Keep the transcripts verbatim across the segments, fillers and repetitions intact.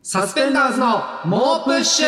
サスペンダーズの猛プッシュ。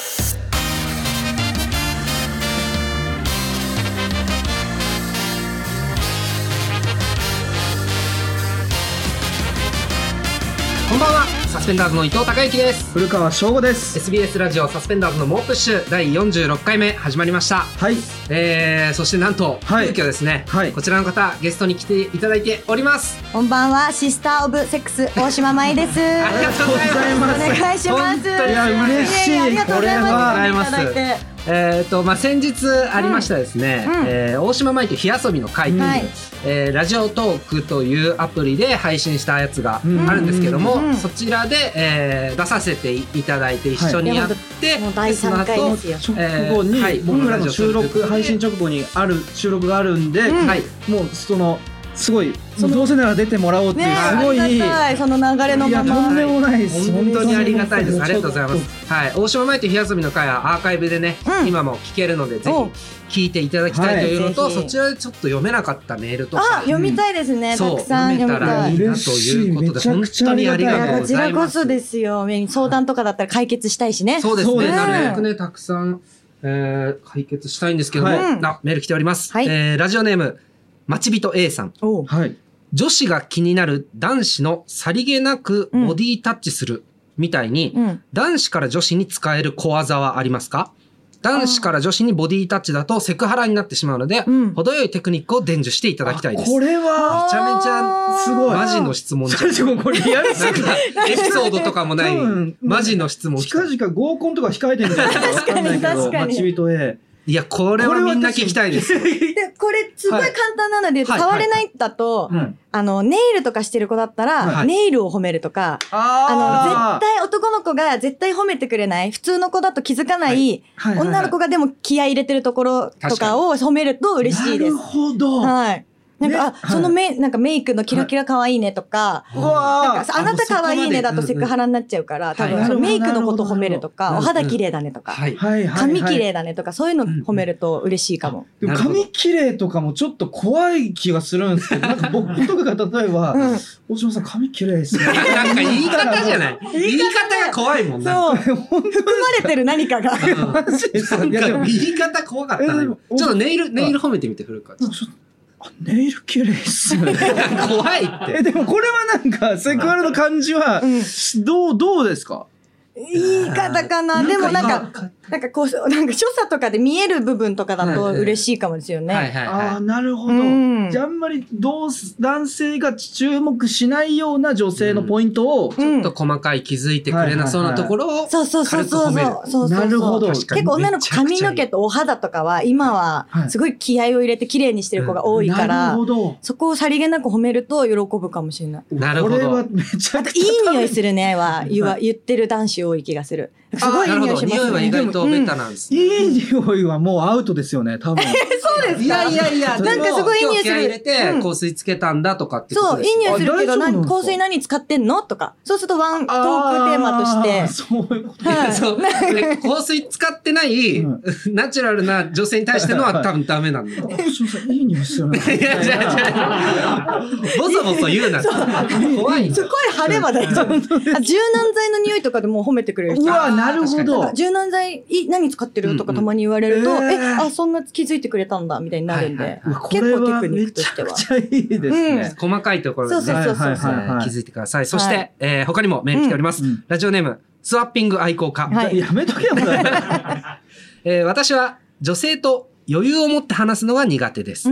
こんばんは、サスペンダーズの伊藤孝之です。 古川翔吾です。 エスビーエス ラジオサスペンダーズの猛プッシュだいよんじゅうろっかいめ始まりました。 はい、 えー、そしてなんと、 はい、 急遽ですね、はい、こちらの方ゲストに来ていただいております。 こんばんは、シスターオブセックス大島舞です。 ありがとうございます。 お願いします。 いや嬉しい。 ありがとうございます。 これはえーとまあ、先日ありましたですね、うんえー、大島舞と火遊びの会という、はいえー、ラジオトークというアプリで配信したやつがあるんですけども、うんうんうん、そちらで、えー、出させていただいて一緒にやって、はい、 もうだいさんかいですよ。 直後に、はい、僕らの収録配信直後にある収録があるんで、うん、もうそのすごいどうせなら出てもらおうっていう、すごい、ね、 その流れのまま、いやとんでもないです。 本当にありがたいです。ありがとうございます。はい、大島舞と火遊びの会はアーカイブでね、うん、今も聞けるのでぜひ聞いていただきたいというのと、はい、そちらでちょっと読めなかったメールとか、 あ、読みたいですね、うん、たくさん読みたい。 いいなということで本当にありがとうございます。 こちらこそですよ。相談とかだったら解決したいしね。 そうですね。なるべくねたくさん、えー、解決したいんですけども、はい、あメール来ております。はい、えー、ラジオネームまちびと A さん。はい。女子が気になる男子のさりげなくボディタッチするみたいに、うん、男子から女子に使える小技はありますか？男子から女子にボディタッチだとセクハラになってしまうので、うん、程よいテクニックを伝授していただきたいです。 これはめちゃめちゃすごいマジの質問じゃん。 これリアルすぎる。 なんかエピソードとかもないマジの質問。 近々合コンとか控えてるんじゃないか分かんないけど、まちびと A。 いや、これはみんな聞きたいです。 で、これすごい簡単なので言うと、はい、触れないだと、はいはい、あの、ネイルとかしてる子だったら、はい、ネイルを褒めるとか、あの、絶対男の子が絶対褒めてくれない、普通の子だと気づかない、はい、女の子がでも気合い入れてるところとかを褒めると嬉しいです。 なるほど。 はい。なんか、あ、そのメ、なんかメイクのキラキラ可愛いねとか、なんか、あなた可愛いねだとセクハラになっちゃうから、多分そのメイクのこと褒めるとか、お肌綺麗だねとか、髪綺麗だねとか、そういうの褒めると嬉しいかも。 でも髪綺麗とかもちょっと怖い気がするんですけど、なんか僕とかが例えば、大島さん髪綺麗ですね。 なんか言い方じゃない。言い方が怖いもんな。 そう。含まれてる何かが。 なんか言い方怖かったな。ちょっとネイル、ネイル褒めてみて、古川。 ネイル綺麗っすよね。 怖いって。 え、でもこれはなんか、セクハラの感じは、どう、どうですか？ 言い方かな。でもなんか、なんかこう、なんか所作とかで見える部分とかだと嬉しいかもですよね。 はいはいはい、 ああ、なるほど。うん、じゃああんまりどう、男性が注目しないような女性のポイントを、うん、 ちょっと細かい気づいてくれなそうなところを軽く褒める。 そうそうそう。 なるほど。 結構女の子髪の毛とお肌とかは今はすごい気合を入れて綺麗にしてる子が多いから、うん、なるほど。そこをさりげなく褒めると喜ぶかもしれない。 なるほど。これはめちゃくちゃ。 いい匂いするねは言わ、言ってる男子多い気がする。すごいいい匂いしますね。 匂いは意外とベタなんですね。 いい匂いはもうアウトですよね、多分。 そうですか？ いやいやいや、 なんかすごいいい匂いする。 入れて香水つけたんだとかってことですよ。 そう、いい匂いするけど、香水何使ってんのとか。そうするとワントークテーマとして。 そういうこと。 はい、そう。香水使ってないナチュラルな女性に対してのは多分ダメなんだよ。 いい匂いするね。いや、じゃあじゃあ。ボソボソ言うな。怖い。 すごい晴れば大丈夫。柔軟剤の匂いとかでもう褒めてくれる人。 うわ、なるほど。 柔軟剤何使ってるとかたまに言われると、え、あ、そんな気づいてくれたんだみたいになるんで、結構テクニックとしては。 めちゃくちゃいいですね。 細かいところで気づいてください。そして、えー、他にもメール来ております。ラジオネーム、スワッピング愛好家。 やめとけよ、 えー、私は女性と余裕を持って話すのが苦手です。うん、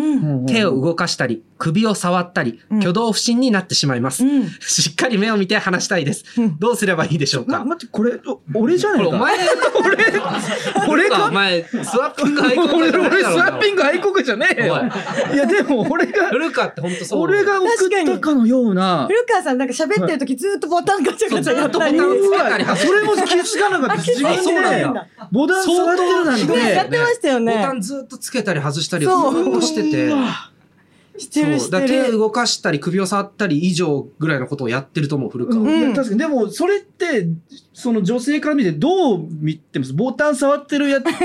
手を動かしたり、首を触ったり、うん、挙動不審になってしまいます、うん。しっかり目を見て話したいです。うん、どうすればいいでしょうか？ 待って、これ、俺じゃないか。 これお前、俺、俺かお前、スワッピング愛好家じゃないだろうな。 俺、スワッピング愛好家じゃねえよ。いや、でも俺が、 古川ってほんとそう。 俺が送ったかのような。 古川さんなんか喋ってる時ずっとボタンガチャガチャやったり。 それも気づかなかった。自分でボタン触ってるなんて。 やってましたよね。 ボタンずっとつけたり外したりをずっとしてて。 してるしてる。 手動かしたり首を触ったり以上ぐらいのことをやってると思う、古川。 うん、確かに。でも、それって、その女性から見てどう見てます？ボタン触ってるやつって、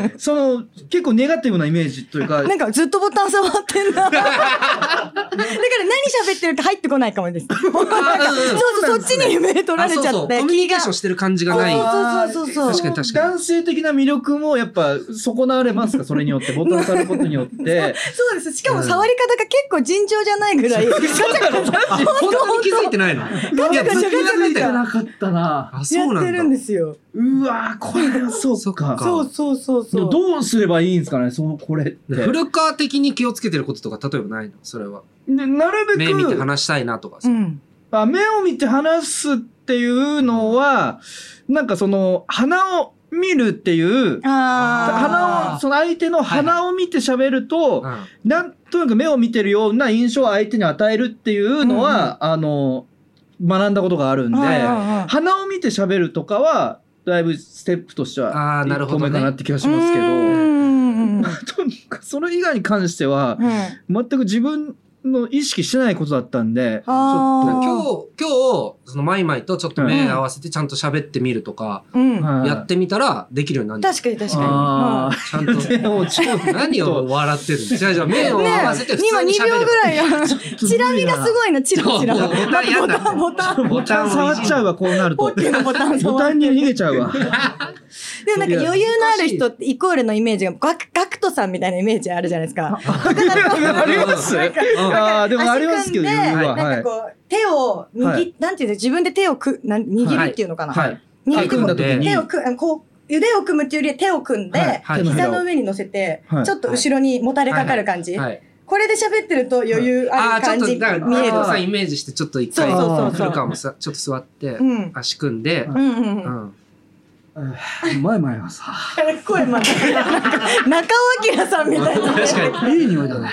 その、結構ネガティブなイメージというか。 なんかずっとボタン触ってんだ。だから何喋ってるか入ってこないかもです。そうそう、そっちに目取られちゃって。そうそう、 コミュニケーションしてる感じがない。 そうそうそう。 確かに確かに。 男性的な魅力もやっぱ損なわれますか？それによって。ボタン触ることによって。 そうです。しかも触り方が結構尋常じゃないぐらい。 本当に気づいてないの？いや、ずっと気づいてなかったな。 あ、そうなんだ。 やってるんですよ。 うわこれはそうか。 そうそうそうそう。 どうすればいいんですかね、そう、これって。 古川的に気をつけてることとか、例えばないの？それは。 で、なるべく。 目見て話したいなとかさ。うん。 あ、目を見て話すっていうのは、なんかその、鼻を見るっていう、鼻を、その相手の鼻を見て喋ると、はいはい、なんとなく目を見てるような印象を相手に与えるっていうのは、うん、あの、学んだことがあるんで、鼻を見て喋るとかは、だいぶステップとしては、一歩目かなって気がしますけど、とにかくそれ以外に関しては、うん、全く自分の意識してないことだったんで、ちょっと今日、今日、そのマイマイとちょっと目合わせてちゃんと喋ってみるとか、やってみたらできるようになる。 確かに確かに。ちゃんと、何を笑ってるの？じゃあじゃあ目を合わせて普通に喋る。 今にびょうぐらいや。チラ見がすごいの、チラチラ。 ボタンやんな。 ボタン、 ボタン触っちゃうわ、こうなると。ボタンに逃げちゃうわ。 でもなんか余裕のある人ってイコールのイメージが、ガク、ガクトさんみたいなイメージあるじゃないですか。 ありますああ、でもありますけど、余裕は。 なんかこう、手を握、なんていうの、自分で手をく、握るっていうのかな。 はい。 握るって手をく、こう、腕を組むっていうより手を組んで、膝の上に乗せて、ちょっと後ろにもたれかかる感じ。これで喋ってると余裕ある感じ見える。 さんイメージしてちょっと一回、古川もさ、ちょっと座って、足組んで、うんうんうん。 前々はさ。 声まで。中尾明さんみたいな。 確かに。 いい匂いだね。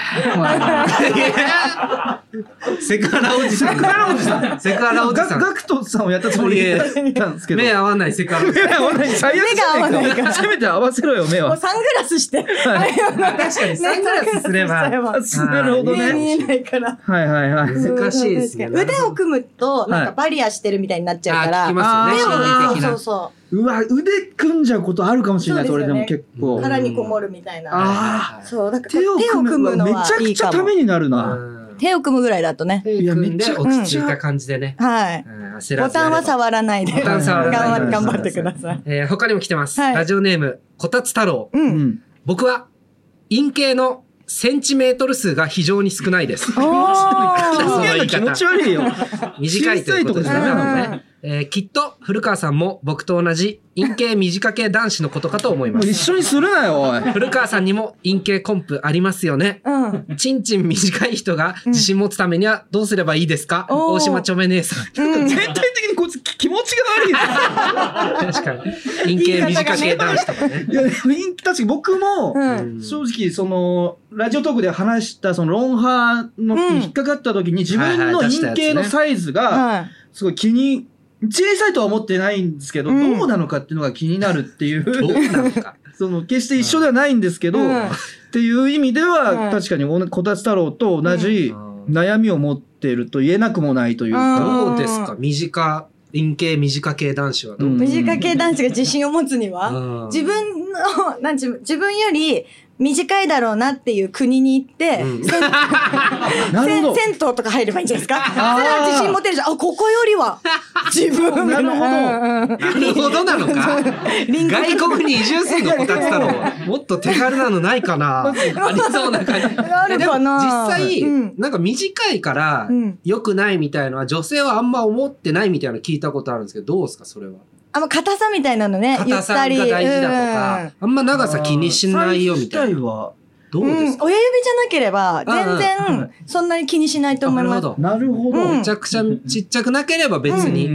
セクハラおじさん。セクハラおじさん。セクハラおじさん。 ガクトさんをやったつもりでやったんですけど。 目合わないセクハラおじさん。 目合わない。最悪じゃないか。せめて合わせろよ、目は。 サングラスして。 確かに、サングラスすれば。 なるほどね。 見えないから。 はいはいはい。 難しいですね。 腕を組むと、なんかバリアしてるみたいになっちゃうから。 聞きますよね。 そうそう。 うわ、腕組んじゃうことあるかもしれない、それでも結構。 殻にこもるみたいな。 ああ。 そう、だから手を組むのはいいかも。 めちゃくちゃためになるな。 手を組むぐらいだとね。 いや、めっちゃ落ち着いた感じでね。 はい。ボタンは触らないで。 ボタン触らないで。 頑張ってください。 え、他にも来てます。ラジオネーム、こたつ太郎。僕は、陰茎のセンチメートル数が非常に少ないです。 その言い方。気持ち悪いよ。 短いということですね。えー、きっと古川さんも僕と同じ陰茎短系男子のことかと思います。 一緒にするなよ、おい。 古川さんにも陰茎コンプありますよね。うん。ちんちん短い人が自信持つためにはどうすればいいですか？うん、大島ちょめ姉さん。 うん、全体的にこいつ気持ちが悪いですよ。 確かに。陰茎短系男子とかね。いや、 確かに僕も、正直その、ラジオトークで話したそのロンハーの引っかかった時に自分の陰茎のサイズが、すごい気に、小さいとは思ってないんですけど、うん、どうなのかっていうのが気になるっていう。 どうなのか。 その、決して一緒ではないんですけど、うん、っていう意味では、うん、確かにこたつ太郎と同じ悩みを持っていると言えなくもないというか。 どうですか？短、陰茎短系男子はどうですか？ 短系男子が自信を持つには、自分の、なんちゅう、自分より、短いだろうなっていう国に行って、うん、銭湯とか入ればいいんじゃないですか？それは自信持てるじゃん。あ、ここよりは自分なるほど。 なるほどなのか。外国に移住するのこたつ太郎は。もっと手軽なのないかな。ありそうな感じ。 あるかな。 実際、うん、なんか短いから良くないみたいのは女性はあんま思ってないみたいなの聞いたことあるんですけど、どうですかそれは。 あんま硬さみたいなのね、 言ったり。硬さが大事だとか、うん、あんま長さ気にしないよみたいな。 はどうですか、 うん、親指じゃなければ、全然、そんなに気にしないと思います。 なるほど。 めちゃくちゃちっちゃくなければ別に。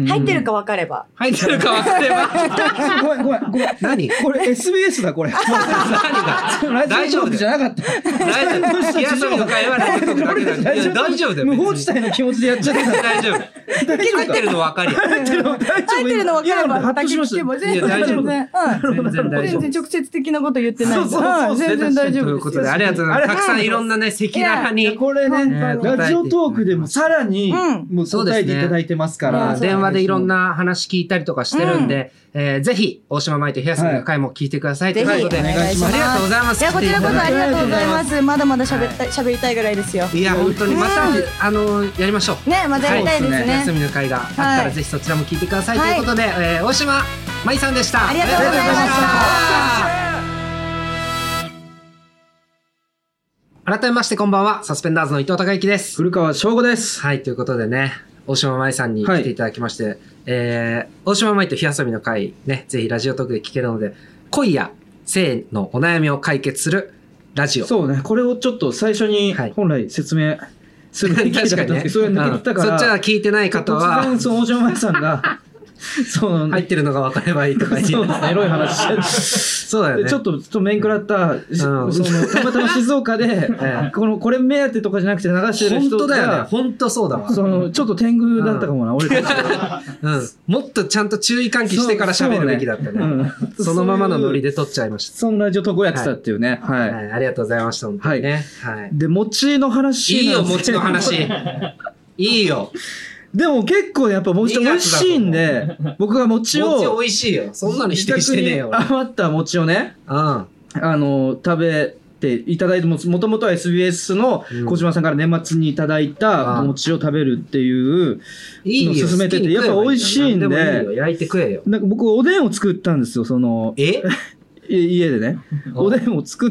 入ってるか分かれば。 入ってるか分かれば。 ごめんごめんごめん。 何これ エスビーエス だこれ。何が大丈夫じゃなかった。 大丈夫。火遊びの会話ラジオトークだけなんで。大丈夫だよ。 無法地帯の気持ちでやっちゃった。 大丈夫。入ってるの分かるよ。 入ってるの分かれば。 ハッとしました。 いや大丈夫。全然大丈夫。 全然直接的なこと言ってない。 そうそう全然大丈夫。 ということでありがとうございます。たくさんいろんなね赤裸々にこれねラジオトークでもさらにもう答えていただいてますから。 電話でいろんな話聞いたりとかしてるんで、えー、ぜひ大島舞と火遊びの会も聞いてください、はい、ということでお願いします。ありがとうございます。 いやこちらこそありがとうございます。まだまだ喋った喋りたいぐらいですよ。 いや本当にまた、うん、あのやりましょうね。またやりたいですね。 火遊びの会があったら、はい、ぜひそちらも聞いてください、はい、ということで、えー、大島舞さんでした。 ありがとうございました。 改めましてこんばんは、サスペンダーズの伊藤孝之です。 古川翔吾です。 はい、ということでね、大島舞さんに来ていただきまして、はい、えー、大島舞と火遊びの会ね、ぜひラジオトークで聞けるので、恋や性のお悩みを解決するラジオ。 そうね、これをちょっと最初に本来説明するべきだったんですけど、それ抜けてたから、 そっちは聞いてない方は、 突然その大島舞さんが、 そう入ってるのが分かればいいとか言ってそうエロい話してそうだよね。 ちょっとちょっと面食らった、うん、そのたまたま静岡でこのこれ目当てとかじゃなくて流してる人が本当だよね。本当そうだわ。 そのちょっと天狗だったかもな、うん、俺たち、 うん、もっとちゃんと注意喚起してから喋るべきだったね。 そ, う、ねうん、そのままのノリで撮っちゃいました。 そんなラジオトークをやってたっていうね、はい、 はいはい、ありがとうございました本当にね、はいはい、 で餅の話いいよ餅の話いいよ。 でも結構やっぱ餅美味しいんで、僕が餅を。 餅美味しいよ。そんなの否定してねえよ。 余った餅をね、うん、あの、食べていただいても、もともとは エスビーエス の小島さんから年末にいただいた餅を食べるっていうのを勧めてて、やっぱ美味しいんで、でもいいよ焼いて食えよ。 なんか僕おでんを作ったんですよ、その、 え家でね。おでんを作って、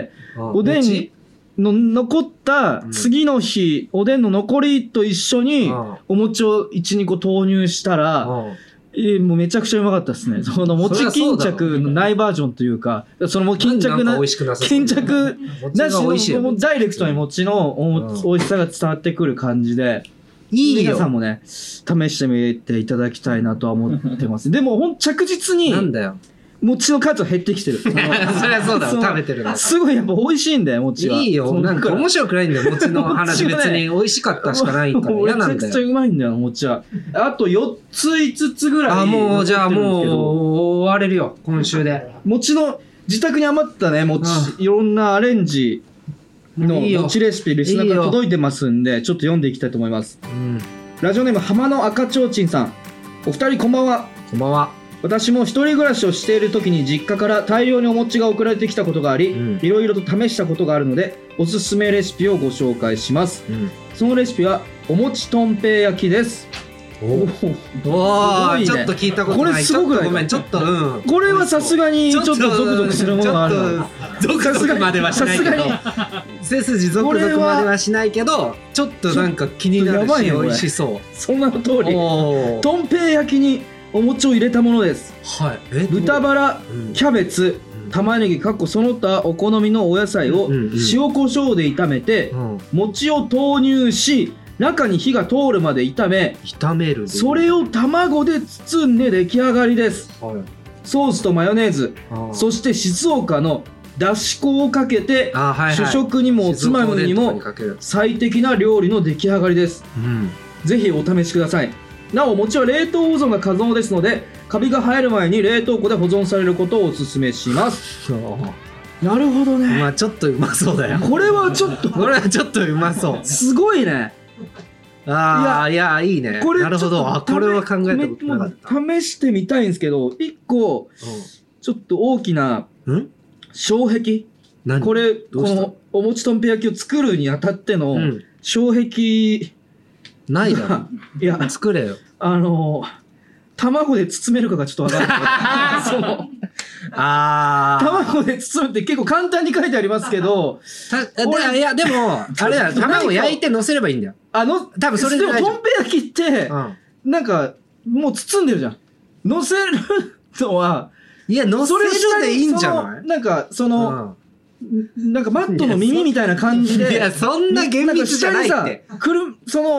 おでんに、の残った次の日、うん、おでんの残りと一緒にお餅をいち、にこ投入したら、えー、もうめちゃくちゃうまかったですね。その餅巾着のないバージョンというか、そのもう巾着な、巾着なしのダイレクトに餅の美味しさが伝わってくる感じで、いいよ。皆さんもね、試してみていただきたいなとは思ってます。でもほん着実に、 なんだよ。 餅の数は減ってきてる。そりゃそうだろ、食べてるの。 すごいやっぱ美味しいんだよ、餅は。 いいよ、なんか面白くないんだよ、餅の話。別に美味しかったしかないから嫌なんだよ。めちゃくちゃうまいんだよ、餅は。あとよっつ、いつつぐらい。 あ、もう、じゃあもう、終われるよ、今週で。 餅の、自宅に余ったね、餅、いろんなアレンジの餅レシピ、リスナーから届いてますんで、ちょっと読んでいきたいと思います。ラジオネーム、浜の赤ちょうちんさん。お二人こんばんは。 こんばんは。 私も一人暮らしをしている時に実家から大量にお餅が送られてきたことがあり、いろいろと試したことがあるのでおすすめレシピをご紹介します、うん、そのレシピはお餅とんぺい焼きです。 おお、ね、ちょっと聞いたことない。 これすごくない？ ごめん、ちょっと、うん、 これはさすがにちょっとゾクゾクするものがあるの。 ゾクゾクまではしないけど、背筋ゾクゾクまではしないけど、ちょっとなんか気になるし美味しそう。 そんな通り。とんぺい焼きにお餅を入れたものです。 はい。え豚バラ、うん、キャベツ、玉ねぎ、かっこその他お好みのお野菜を塩コショウで炒めて、うんうん、餅を投入し、中に火が通るまで炒め、 炒める。 それを卵で包んで出来上がりです。はい、ソースとマヨネーズ、そして静岡のだし粉をかけて、はいはい、主食にもおつまみにも最適な料理の出来上がりです。うん、ぜひお試しください。なお餅は冷凍保存が可能ですので、カビが生える前に冷凍庫で保存されることをお勧めします。なるほどね。 まあちょっとうまそうだよ。 これはちょっとこれはちょっとうまそう。 すごいね。 ああ、いや、いいね。これなるほど。あ、これは考えたことなかった。 試してみたいんですけど、一個、ちょっと大きな障壁。これ、このお餅とんぺ焼きを作るにあたっての障壁、 ないだろ。いや、作れよ。 あの、卵で包めるかがちょっとわからない。その、あー。卵で包むって結構簡単に書いてありますけど。 いや、でも、あれだよ、卵焼いて乗せればいいんだよ。 あの、 多分それで。 でも、とんぺ焼きって、うん、なんか、もう包んでるじゃん。乗せるのは、 いや、乗せるでいいんじゃない？ なんか、その、うん、なんかマットの耳みたいな感じで。 いや、そんな厳密じゃないって。 くる、その、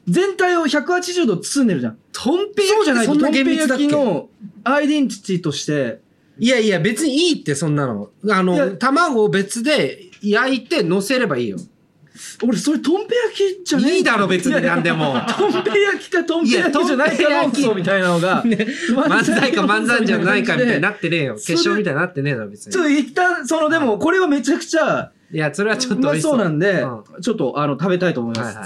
全体をひゃくはちじゅうど包んでるじゃん。 とんぺいそうじゃないと、 ととんぺい焼きのアイデンティティとして。 いやいや、別にいいって、そんなの。あの、卵を別で焼いて乗せればいいよ。 俺、それ、とんぺ焼きじゃねえ。 いいだろ、別になんでも。 とんぺ焼きかとんぺ焼きじゃないか論争みたいなのが。 漫才か漫才じゃないかみたいになってねえよ。決勝みたいになってねえだろ、別に。 ちょっと一旦、その、でも、これはめちゃくちゃ、 いや、それはちょっと美味しそうなんで、ちょっと、あの、食べたいと思います。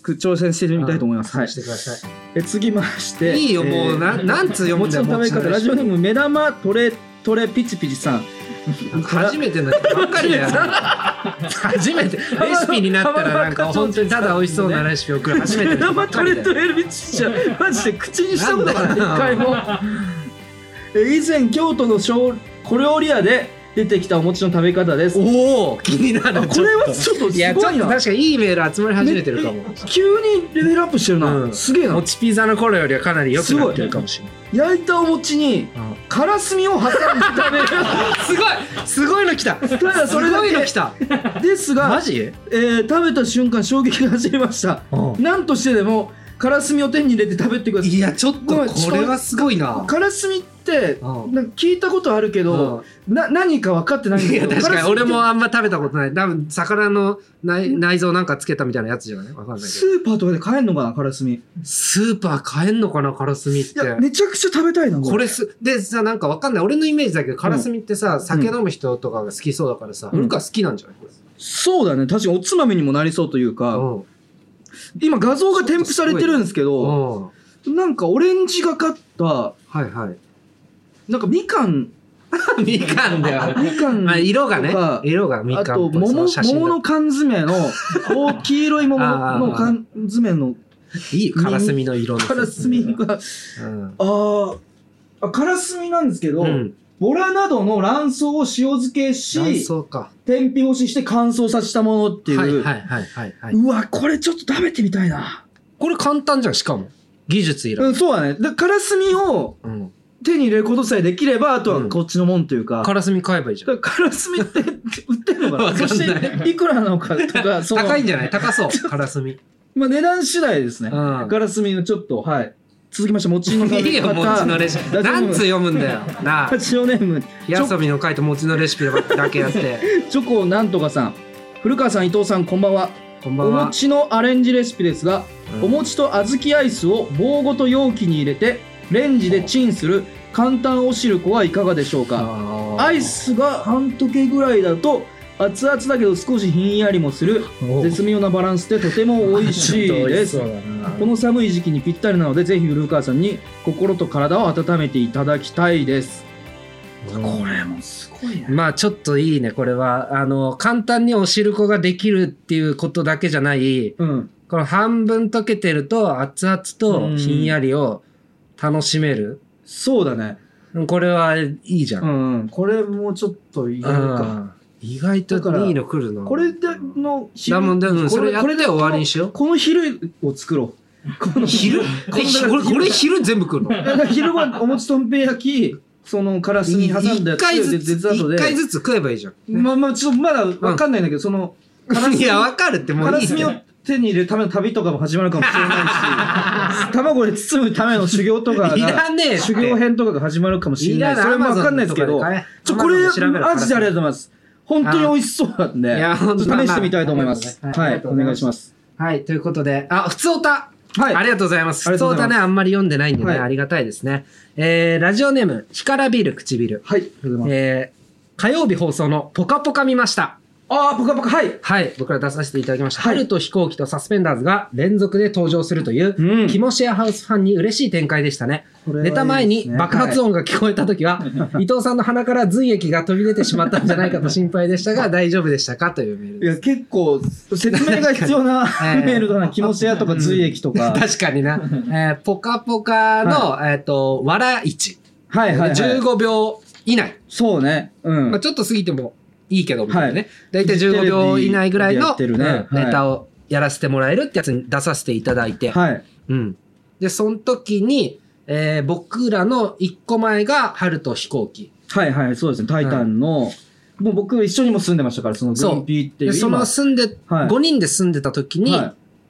挑戦してみたいと思います。はい。 してください。 え、次まして。 いいよ、もう、な、なんつ読むんだよ。 もちろん食べ方、ラジオネーム、目玉トレ、トレピチピチさん。 初めての人ばっかりだよ。初めて。レシピになったらなんか本当にただ美味しそうなレシピを送る初めての人ばっかりだよ。 トレトレピチピチマジで口にしたことがない。一回も。以前京都の小料理屋で出てきたお餅の食べ方です。 おお、気になる。 これはちょっとすごいな。いや、ちょっと確かにいいメール集まり始めてるかも。 急にレベルアップしてるな。すげえな。 餅ピザの頃よりはかなり良くなってるかもしれない。 焼いたお餅にからすみを挟んで食べる。 すごいすごいの来た。ただそれだけの来た。 ですが、 マジ？ えー、食べた瞬間衝撃が走りました。なんとしてでもからすみを手に入れて食べてください。 いや、ちょっとこれはすごいな。 からすみってなんか聞いたことあるけど、な何か分かってないんだけど。 いや、確かに俺もあんま食べたことない。多分魚の内内臓なんかつけたみたいなやつじゃない？分かんないけど。 スーパーとかで買えんのかな、からすみ。 スーパー買えんのかな、からすみって。いや、 めちゃくちゃ食べたいな、 これす。でさ、なんか分かんない。俺のイメージだけど、からすみってさ、酒飲む人とかが好きそうだからさ、うん、か好きなんじゃないこれ。 そうだね。確かにおつまみにもなりそうというか、うん、今画像が添付されてるんですけど、なんかオレンジがかった、 はいはい。 なんかみかん。 みかんだよ。 みかん。 まあ色がね。色がみかんっぽい。 あと、桃、桃の缶詰の、黄色い桃の缶詰の。 いいよ、からすみの色の。 からすみが。ああ、からすみなんですけど、ボラなどの卵巣を塩漬けし、天日干しして乾燥させたものっていう。はいはいはいはい。 うわ、これちょっと食べてみたいな。 これ簡単じゃん、しかも。技術いらない。そうだね。で、からすみを手に入れることさえできれば、あとはこっちのもんというか。 からすみ買えばいいじゃん。 からすみって売ってんのかなそしていくらなのかとか、 高いんじゃない高そう。からすみ。 まあ値段次第ですね。からすみのちょっと、はい。続きまして、餅の食べ方。いいよ、 餅のレシピ。何つ読むんだよ。なあ。 ラジオネーム。 火遊びの書いて餅のレシピだけやって。 チョコなんとかさん。古川さん、伊藤さん、こんばんは。 こんばんは。 お餅のアレンジレシピですが、お餅と小豆アイスを棒ごと容器に入れて、レンジでチンする簡単おしるこはいかがでしょうか。アイスが半溶けぐらいだと、熱々だけど少しひんやりもする絶妙なバランスでとても美味しいです。この寒い時期にぴったりなので、ぜひ古川さんに心と体を温めていただきたいです。これもすごいね。 まあちょっといいね、これは。あの、簡単におしるこができるっていうことだけじゃない、うん、この半分溶けてると熱々とひんやりを楽しめる。 うん、そうだね。 これはいいじゃん。 うん、これもちょっと意外か。 意外といいの来るの。 これでの昼、だもんで、うん、それやって終わりにしよう。 この昼を作ろう。 この昼これ昼全部来るの昼はお餅とんぺい焼き、そのからすみ挟んだやつで、一回ずつ食えばいいじゃん。 まあまあ、ちょっとまだわかんないんだけど、その、 いや、わかるってもういい。 からすみを手に入れるための旅とかも始まるかもしれないし、卵で包むための修行とかが、 いらねえ修行編とかが始まるかもしれない。それもわかんないですけど、ちょ、これ、マジでありがとうございます。本当に美味しそうなんで、試してみたいと思います。はい、お願いします。 はい、ということで、あ、ふつおた。はい。ありがとうございます。ふつおたね、あんまり読んでないんでね、ありがたいですね。えー、ラジオネーム、干からびる唇。 はい。 えー、火曜日放送のポカポカ見ました。 ああ、ポカポカ、はい。 はい。僕ら出させていただきました。はい、春と飛行機とサスペンダーズが連続で登場するという、うん、キモシェアハウスファンに嬉しい展開でしたね。ネタ前に爆発音が聞こえたときは、はい、伊藤さんの鼻から髄液が飛び出てしまったんじゃないかと心配でしたが、大丈夫でしたかというメールです。 いや、結構、説明が必要なメールだな。キモシェアとか髄液とか。 確かにな。えー、ポカポカの、はい、えっと、笑いち。 はいはい、はい。 じゅうごびょう以内。 そうね。うん。 まあ、ちょっと過ぎてもいいけど、みたいなね。だいたいじゅうごびょう以内ぐらいの、ね、ネタをやらせてもらえるってやつに出させていただいて。 はい。 うん。で、その時に、えー、僕らの一個前が春と飛行機。 はいはい、そうですね。タイタンの、うん、もう僕一緒にも住んでましたから、そのグリーンピーっていう。 で、その住んで、はい、ごにんで住んでた時に、はい、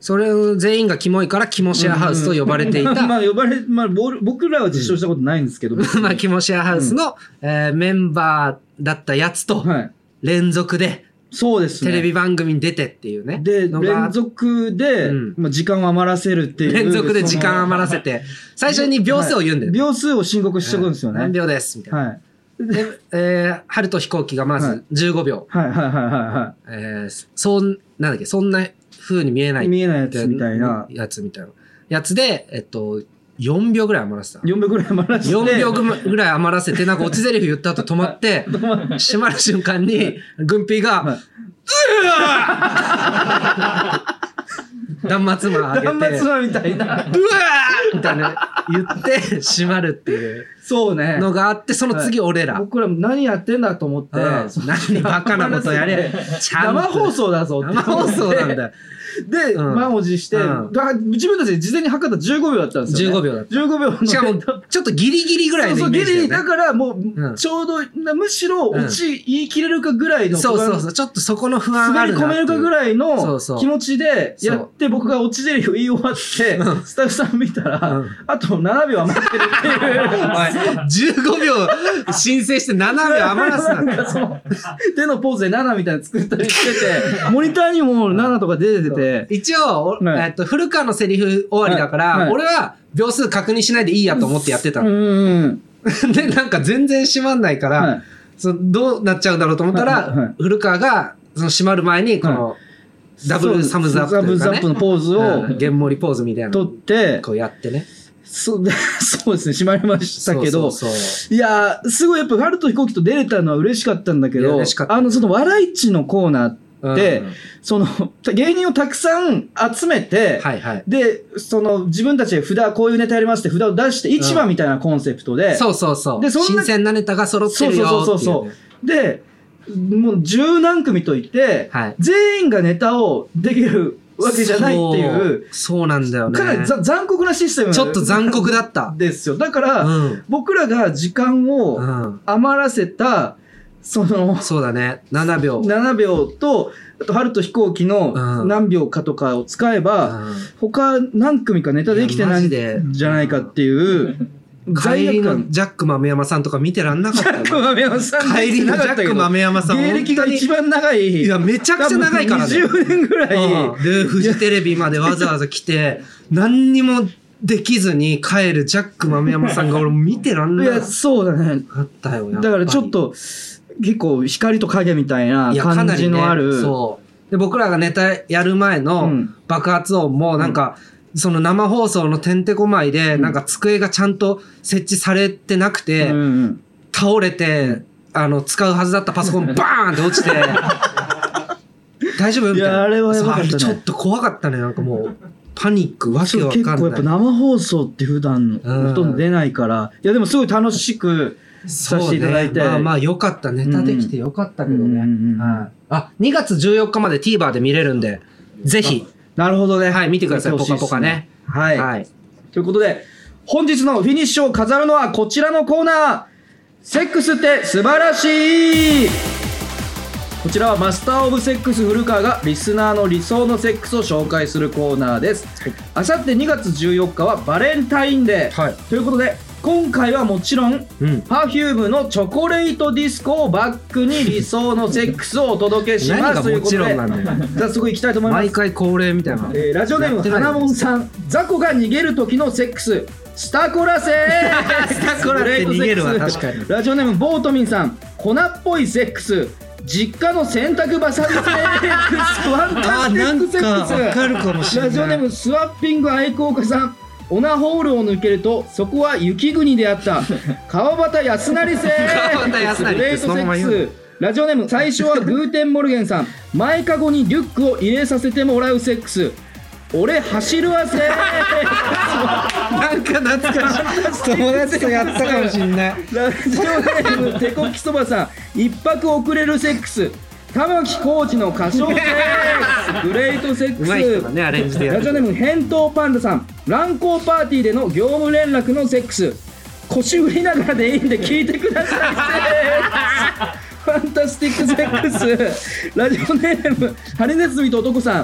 それを全員がキモいからキモシェアハウスと呼ばれていた、 うんうん、まあ呼ばれ、まあ、僕らは実証したことないんですけど、うん、 まあキモシェアハウスの、うんえー、メンバーだったやつと連続で、はいそうですね。 テレビ番組に出てっていうね。 で、連続で、うん、まあ、時間を余らせるっていう。 連続で時間を余らせて、最初に秒数を言うんだよ、 はい。秒数を申告しておくんですよね。 何秒です、みたいな。はい。で、えー、春と飛行機がまずじゅうごびょう。 はい、はい、はいはいはい。 えー、そん、なんだっけ、そんな風に見えない。 見えないやつみたいな。 やつみたいな。やつで、えっと、よんびょうぐらい余らせた。 よんびょうぐらい余らせて。 よんびょうぐらい余らせて、なんか落ち台詞言った後止まって、閉まる瞬間に、軍ピーが、はい、うわー断末魔上げて。 断末魔みたいな。うわーみたいな言って閉まるっていう。 そうね。 のがあって、その次俺ら。 はい、僕ら何やってんだと思って。うん、 何バカなことやれ。 生放送だぞって。 生放送なんだよ。 で、うん、満を持して、うん、自分たちで事前に測ったじゅうごびょうだったんですよ、ね。 じゅうごびょうだった。 じゅうごびょうの。 しかも、ちょっとギリギリぐらいのイメージだよね。そうそう、ギリギリ。 だからもう、ちょうど、うん、むしろ落ち言い切れるかぐらいの、うん。 そうそうそう。ちょっとそこの不安があるな。 滑り込めるかぐらいの気持ちでやって、僕が落ち台詞を言い終わって、スタッフさん見たら、うん、あとななびょう余ってるっていう。 じゅうごびょう申請してななびょう余らすな。 んかその手のポーズでななみたいなの作ったりしてて、モニターにもななとか出てて。 一応、はい、えっと、古川のセリフ終わりだから、はいはい、俺は秒数確認しないでいいやと思ってやってたの。うんで、なんか全然閉まんないから、はい、そのどうなっちゃうんだろうと思ったら、はいはい、古川がその閉まる前に、この、はい、ダブルサムズアップ、ね、 ダブルサムズアップのポーズを、 ゲンモリポーズみたいな取って、 こうやってね。 そうで、そうですね、閉まりましたけど、 そうそうそういや、すごいやっぱ春と飛行機と出れたのは嬉しかったんだけど、あの、その笑い市のコーナーって、で、うん、その、芸人をたくさん集めて、 はいはい、 で、その、自分たちで札、こういうネタやりますって札を出して、市場みたいなコンセプトで、 うん、そうそうそう。で、そんな新鮮なネタが揃ってるよっていう、ね。そうそうそうそう。 で、もう十何組といて、はい、全員がネタをできるわけじゃないっていう。 そう、そうなんだよね。 かなり残酷なシステムちょっと残酷だった。 ですよ。だから、うん、僕らが時間を余らせた、その、 そうだね。ななびょう。 ななびょうと、あと、春と飛行機の何秒かとかを使えば、うん、他何組かネタできてないんじゃないかっていう、 帰りのジャック豆山さんとか見てらんなかったよ。 ジャック豆山さん帰りのジャック豆山さん。 芸歴が一番長い。 いや、めちゃくちゃ長いからね。 にじゅうねんぐらい。 で、フジテレビまでわざわざ来て、何にもできずに帰るジャック豆山さんが俺見てらんなかった。いや、 そうだね。 あったよ。 だからちょっと、結構光と影みたいな感じのある。 ね、そう。で、僕らがネタやる前の爆発音もなんか、うん、その生放送のてんてこまいで、なんか机がちゃんと設置されてなくて、うんうん、倒れて、あの、使うはずだったパソコンバーンって落ちて、大丈夫みたいな。いや、 あれはやばかったね。 ちょっと怖かったね。なんかもう、パニック、わけわかんない。 結構やっぱ生放送って普段ほとんど出ないから、いやでもすごい楽しく、させていただいて。 ね、まあまあよかった。ネタできてよかったけどね。うんはい、あ、にがつじゅうよっかまで TVer で見れるんで、ぜひ。 なるほどね。 はい、見てください。ポカポカね。 はい。はい。ということで、本日のフィニッシュを飾るのはこちらのコーナー。セックスって素晴らしい。こちらはマスターオブセックス古川がリスナーの理想のセックスを紹介するコーナーです。あさってにがつじゅうよっかはバレンタインデー。はい。ということで、今回はもちろん、うん、Perfume のチョコレートディスコをバックに理想のセックスをお届けしますということで、早速いきたいと思います。 毎回恒例みたいな、 えー、ラジオネーム花もんさん、雑魚が逃げる時のセックススタコラセックススタコラって逃げるわ。確かに。 ラジオネームボートミンさん、粉っぽいセックス実家の洗濯バサミセックスワンタスティックセックス。 わかるかもしれない。 ラジオネームスワッピング愛好家さん、オナホールを抜けるとそこは雪国であった川端康成セックスグレートセックス。ラジオネーム最初はグーテンモルゲンさん、前かごにリュックを入れさせてもらうセックス俺走るわセックス。 なんか懐かしい。友達とやったかもしんない。 ラジオネーム手こきそばさん、一泊遅れるセックス玉置浩二の歌唱セックスグレートセックス。 うまい人だね、アレンジでやる。 ラジオネーム返答パンダさん、乱交パーティーでの業務連絡のセックス腰振りながらでいいんで聞いてくださいセックスファンタスティックセックス。ラジオネームハリネズミと男さん、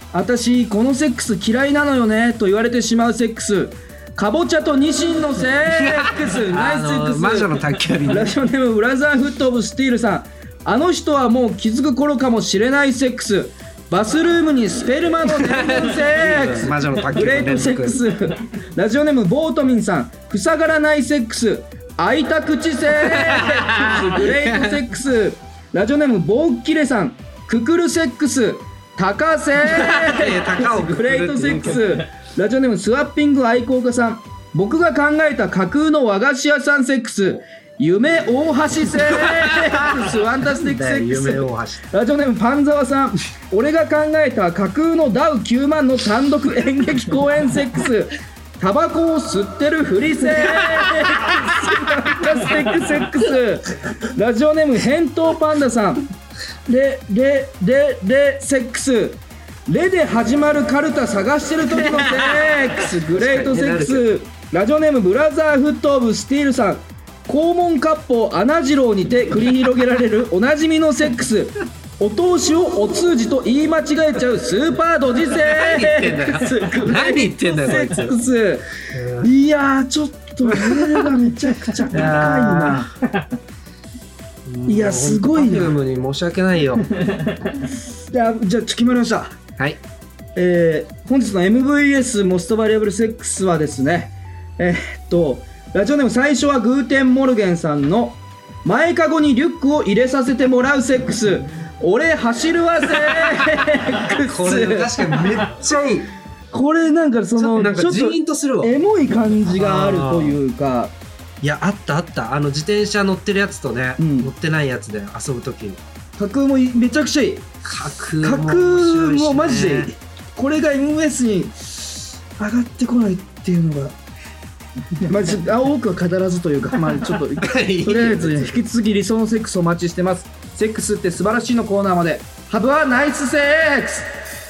私このセックス嫌いなのよねと言われてしまうセックス、かぼちゃとニシンのセックスナイスセックス。 魔女の宅急便。 ラジオネームブラザーフットオブスティールさん、あの人はもう気づく頃かもしれないセックス、バスルームにスペルマの伝言セックス魔女の宅急便グレートセックス。ラジオネームボートミンさん、塞がらないセックス、開いた口セックスグレートセックス。ラジオネームボーッキレさん、くくるセックス、高セックスグレートセックス。ラジオネームスワッピング愛好家さん、僕が考えた架空の和菓子屋さんセックス、夢大橋セックスファンタスティックセックス。ラジオネームパンザワさん、俺が考えた架空のダウきゅうまんの単独演劇公演セックス、タバコを吸ってるふりセックスファンタスティックセックス。ラジオネーム返答パンダさん、レレレレセックス、レで始まるカルタ探してる時のセックスグレートセックス。ラジオネームブラザーフットオブスティールさん、肛門割烹穴次郎にて繰り広げられるおなじみのセックス、お通しをお通じと言い間違えちゃうスーパードジセックス何言ってんだよセックス。いやーちょっとレベルがめちゃくちゃ高いな。いやすごいな。 Perfumeに申し訳ないよ。 いやじゃあ決まりました。 はい、 えー、本日の エムブイエス モストバリアブルセックスはですね、えー、っとラジオネーム最初はグーテンモルゲンさんの前かごにリュックを入れさせてもらうセックス、俺走るわセックス。 これ確かにめっちゃいい。 これなんかそのなんかジーンとするわ。 エモい感じがあるというか。 いやあったあった、あの自転車乗ってるやつとね、うん、乗ってないやつで遊ぶとき架空もめちゃくちゃいい。 架空も面白いし、ね、 架空もマジでいい。これが エムブイエス に上がってこないっていうのがまあ、多くは語らずというか、まあ、ちょっととりあえず引き続き理想のセックスをお待ちしてます。セックスって素晴らしいのコーナーまで。ハブはナイスセックス。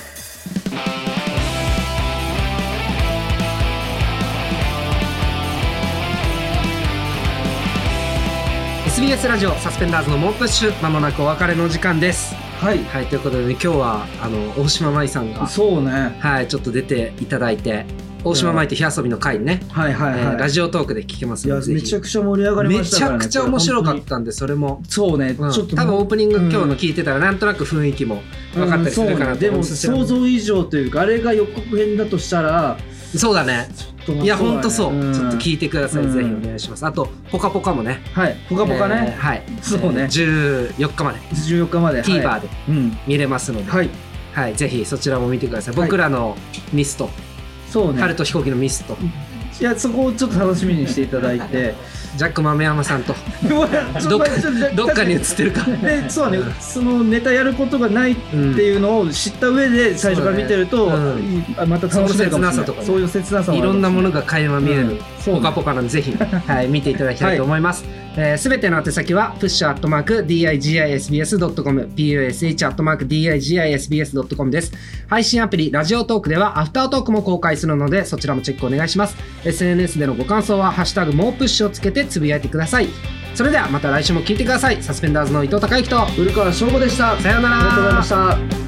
エスビーエス ラジオサスペンダーズの猛プッシュ、まもなくお別れの時間です。 はい、 はい、ということで、ね、今日はあの大島麻衣さんがそうね、 はい、ちょっと出ていただいて、大島麻衣と火遊びの回ね、 はいはいはい、えー、 ラジオトークで聞けますので、 いやめちゃくちゃ盛り上がりましたからね。 めちゃくちゃ面白かったんで、それもそうね、 うん、 ちょっと多分オープニング今日の聞いてたらなんとなく雰囲気も分かったりするかなと思うんですけど、 うん、そうね、でも想像以上というか、あれが予告編だとしたらそうだね、いやほんとそう、 うん、 ちょっと聞いてください、うん、ぜひお願いします。あとポカポカもね、 はい、ポカポカね、 えー、はい、 そうね、 じゅうよっかまでじゅうよっかまで TVer で見れますので、 はいはい、ぜひそちらも見てください。僕らのミスト、 そうね、 春と飛行機のミスト、 いやそこをちょっと楽しみにしていただいてジャック豆山さんとどっかどっかに映ってるかで、そうね、そのネタやることがないっていうのを知った上で最初から見てると、うん、また楽しめるかもしれない。そういう切なさもいろんなものが垣間見える、うん、ポカポカなんでぜひ、はい、見ていただきたいと思います。すべ、はい、えー、ての宛先はプッシュアットマーク ディーアイジーアイエスビーエスドットコム ピーユーエスエイチ アットマーク ディーアイジーアイエスビーエスドットコム です。配信アプリラジオトークではアフタートークも公開するので、そちらもチェックお願いします。 エスエヌエス でのご感想はハッシュタグもうプッシュをつけてつぶやいてください。それではまた来週も聞いてください。サスペンダーズの伊藤孝之と古川翔吾でした。 さようなら。 ありがとうございました。